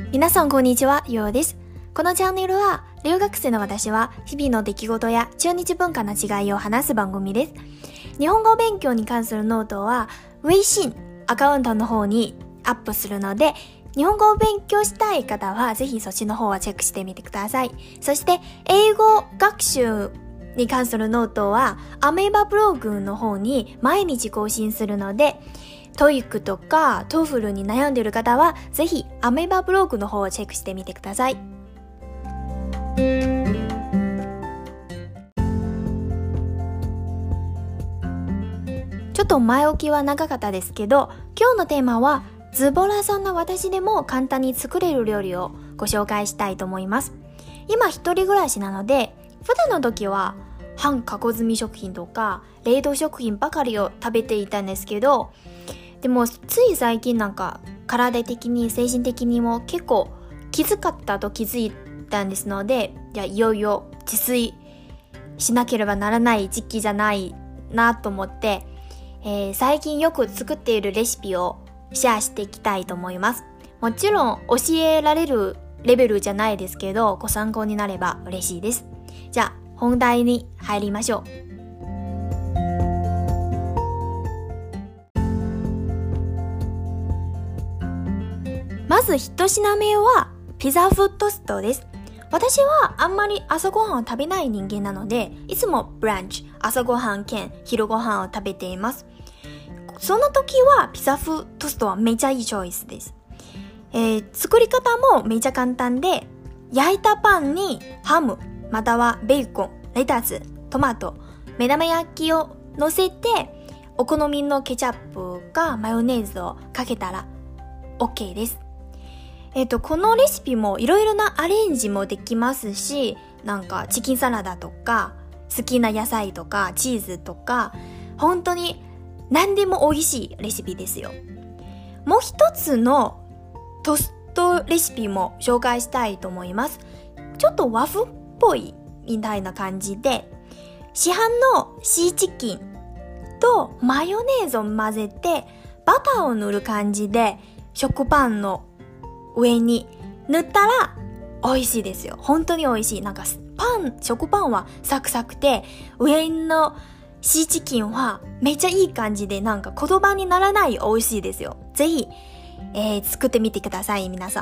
皆さんこんにちは、ようです。このチャンネルは留学生の私は日々の出来事や中日文化の違いを話す番組です。日本語勉強に関するノートは微信アカウントの方にアップするので、日本語を勉強したい方はぜひそっちの方はチェックしてみてください。そして英語学習に関するノートはアメーバブログの方に毎日更新するので、TOEIC とか TOEFL に悩んでいる方はぜひアメーバブログの方をチェックしてみてください。ちょっと前置きは長かったですけど、今日のテーマはズボラさんの私でも簡単に作れる料理をご紹介したいと思います。今一人暮らしなので、普段の時は半加工済み食品とか冷凍食品ばかりを食べていたんですけど、でもつい最近体的に精神的にも結構きつかったと気づいたんですので、いよいよ自炊しなければならない時期じゃないなと思って、最近よく作っているレシピをシェアしていきたいと思います。もちろん教えられるレベルじゃないですけど、ご参考になれば嬉しいです。じゃあ本題に入りましょう。まず一品目はピザ風トーストです。私はあんまり朝ごはんを食べない人間なので、いつもブランチ、朝ごはん兼昼ごはんを食べています。その時はピザ風トーストはめちゃいいチョイスです。作り方もめちゃ簡単で、焼いたパンにハム、またはベーコン、レタス、トマト、目玉焼きを乗せて、お好みのケチャップかマヨネーズをかけたら OK です。このレシピもいろいろなアレンジもできますし、チキンサラダとか好きな野菜とかチーズとか、本当に何でも美味しいレシピですよ。もう一つのトーストレシピも紹介したいと思います。ちょっと和風っぽいみたいな感じで、市販のシーチキンとマヨネーズを混ぜてバターを塗る感じで食パンの上に塗ったら美味しいですよ。本当に美味しい。食パンはサクサクで、上のシーチキンはめっちゃいい感じで、言葉にならない美味しいですよ。ぜひ、作ってみてください、皆さん。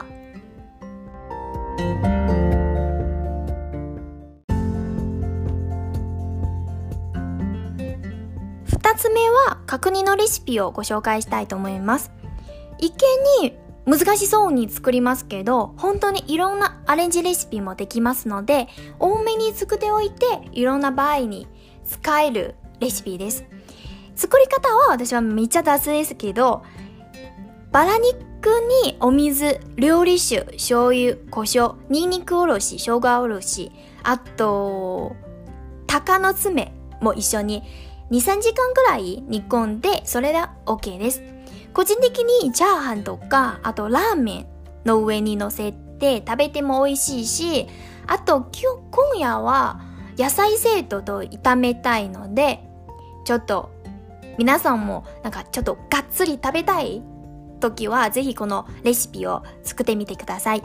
二つ目は角煮のレシピをご紹介したいと思います。一見に難しそうに作りますけど、本当にいろんなアレンジレシピもできますので、多めに作っておいていろんな場合に使えるレシピです。作り方は私はめっちゃ雑ですけど、バラ肉にお水、料理酒、醤油、胡椒、ニンニクおろし、生姜おろし、あと鷹の爪も一緒に 2,3 時間くらい煮込んで、それで OK です。個人的にチャーハンとか、あとラーメンの上に乗せて食べても美味しいし、あと今夜は野菜セットと炒めたいので、ちょっと皆さんもちょっとがっつり食べたい時はぜひこのレシピを作ってみてください。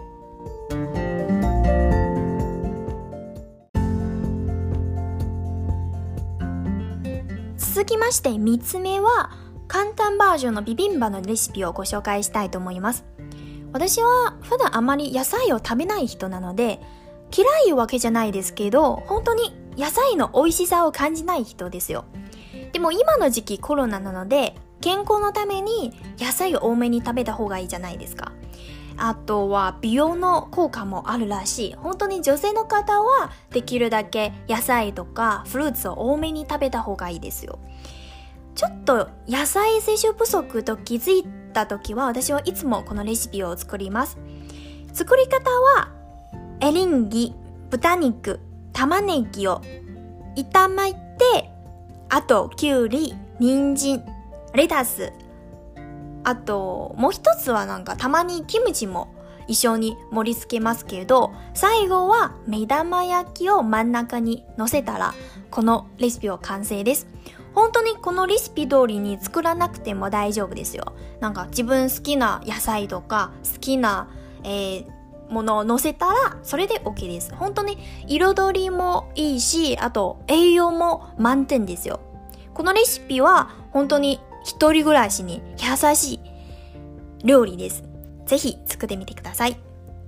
続きまして3つ目は簡単バージョンのビビンバのレシピをご紹介したいと思います。私は普段あまり野菜を食べない人なので、嫌いわけじゃないですけど、本当に野菜の美味しさを感じない人ですよ。でも今の時期コロナなので、健康のために野菜を多めに食べた方がいいじゃないですか。あとは美容の効果もあるらしい。本当に女性の方はできるだけ野菜とかフルーツを多めに食べた方がいいですよ。ちょっと野菜摂取不足と気づいた時は、私はいつもこのレシピを作ります。作り方はエリンギ、豚肉、玉ねぎを炒めて、あときゅうり、人参、レタス、あともう一つはたまにキムチも一緒に盛り付けますけど、最後は目玉焼きを真ん中に乗せたらこのレシピは完成です。本当にこのレシピ通りに作らなくても大丈夫ですよ。自分好きな野菜とか好きなものを乗せたらそれで OK です。本当に彩りもいいし、あと栄養も満点ですよ。このレシピは本当に一人暮らしに優しい料理です。ぜひ作ってみてください。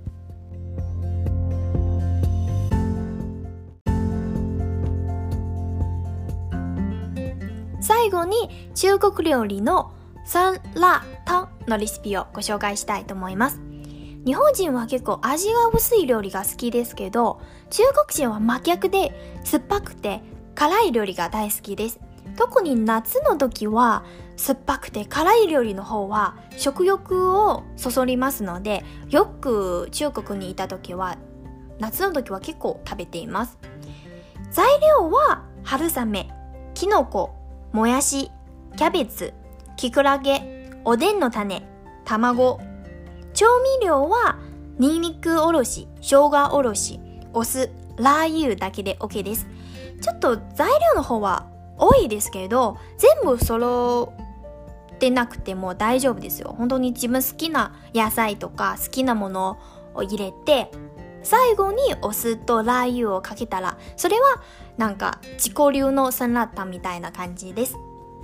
最後に中国料理の酸辣湯のレシピをご紹介したいと思います。日本人は結構味が薄い料理が好きですけど、中国人は真逆で酸っぱくて辛い料理が大好きです。特に夏の時は酸っぱくて辛い料理の方は食欲をそそりますので、よく中国にいた時は夏の時は結構食べています。材料は春雨、きのこ、もやし、キャベツ、きくらげ、おでんの種、卵。調味料はニンニクおろし、生姜おろし、お酢、ラー油だけで OK です。ちょっと材料の方は多いですけど、全部揃ってなくても大丈夫ですよ。本当に自分好きな野菜とか好きなものを入れて、最後にお酢とラー油をかけたら、それはなんか自己流の酸辣湯みたいな感じです。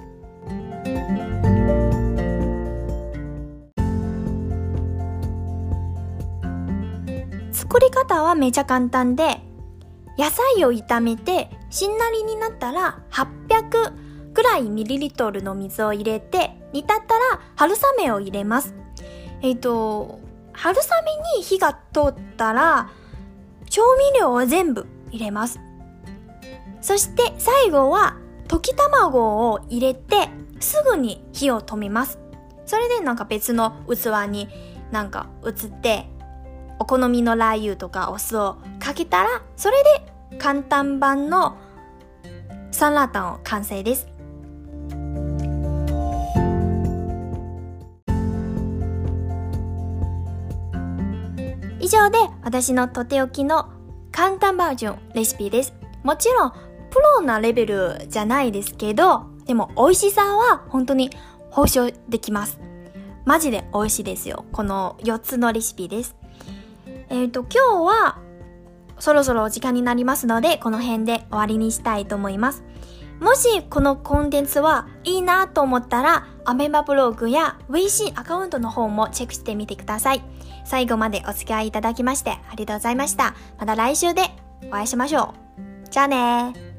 作り方はめちゃ簡単で、野菜を炒めてしんなりになったら800くらいミリリットルの水を入れて、煮立ったら春雨を入れます。春雨に火が通ったら調味料を全部入れます。そして最後は溶き卵を入れてすぐに火を止めます。それでなんか別の器になんか移って、お好みのラー油とかお酢をかけたら、それで簡単版の酸辣湯完成です。以上で私のとっておきの簡単バージョンレシピです。もちろんプロなレベルじゃないですけど、でも美味しさは本当に保証できます。マジで美味しいですよ。この4つのレシピです。今日はそろそろお時間になりますので、この辺で終わりにしたいと思います。もしこのコンテンツはいいなと思ったら、アメマブログや微信アカウントの方もチェックしてみてください。最後までお付き合いいただきましてありがとうございました。また来週でお会いしましょう。じゃあねー。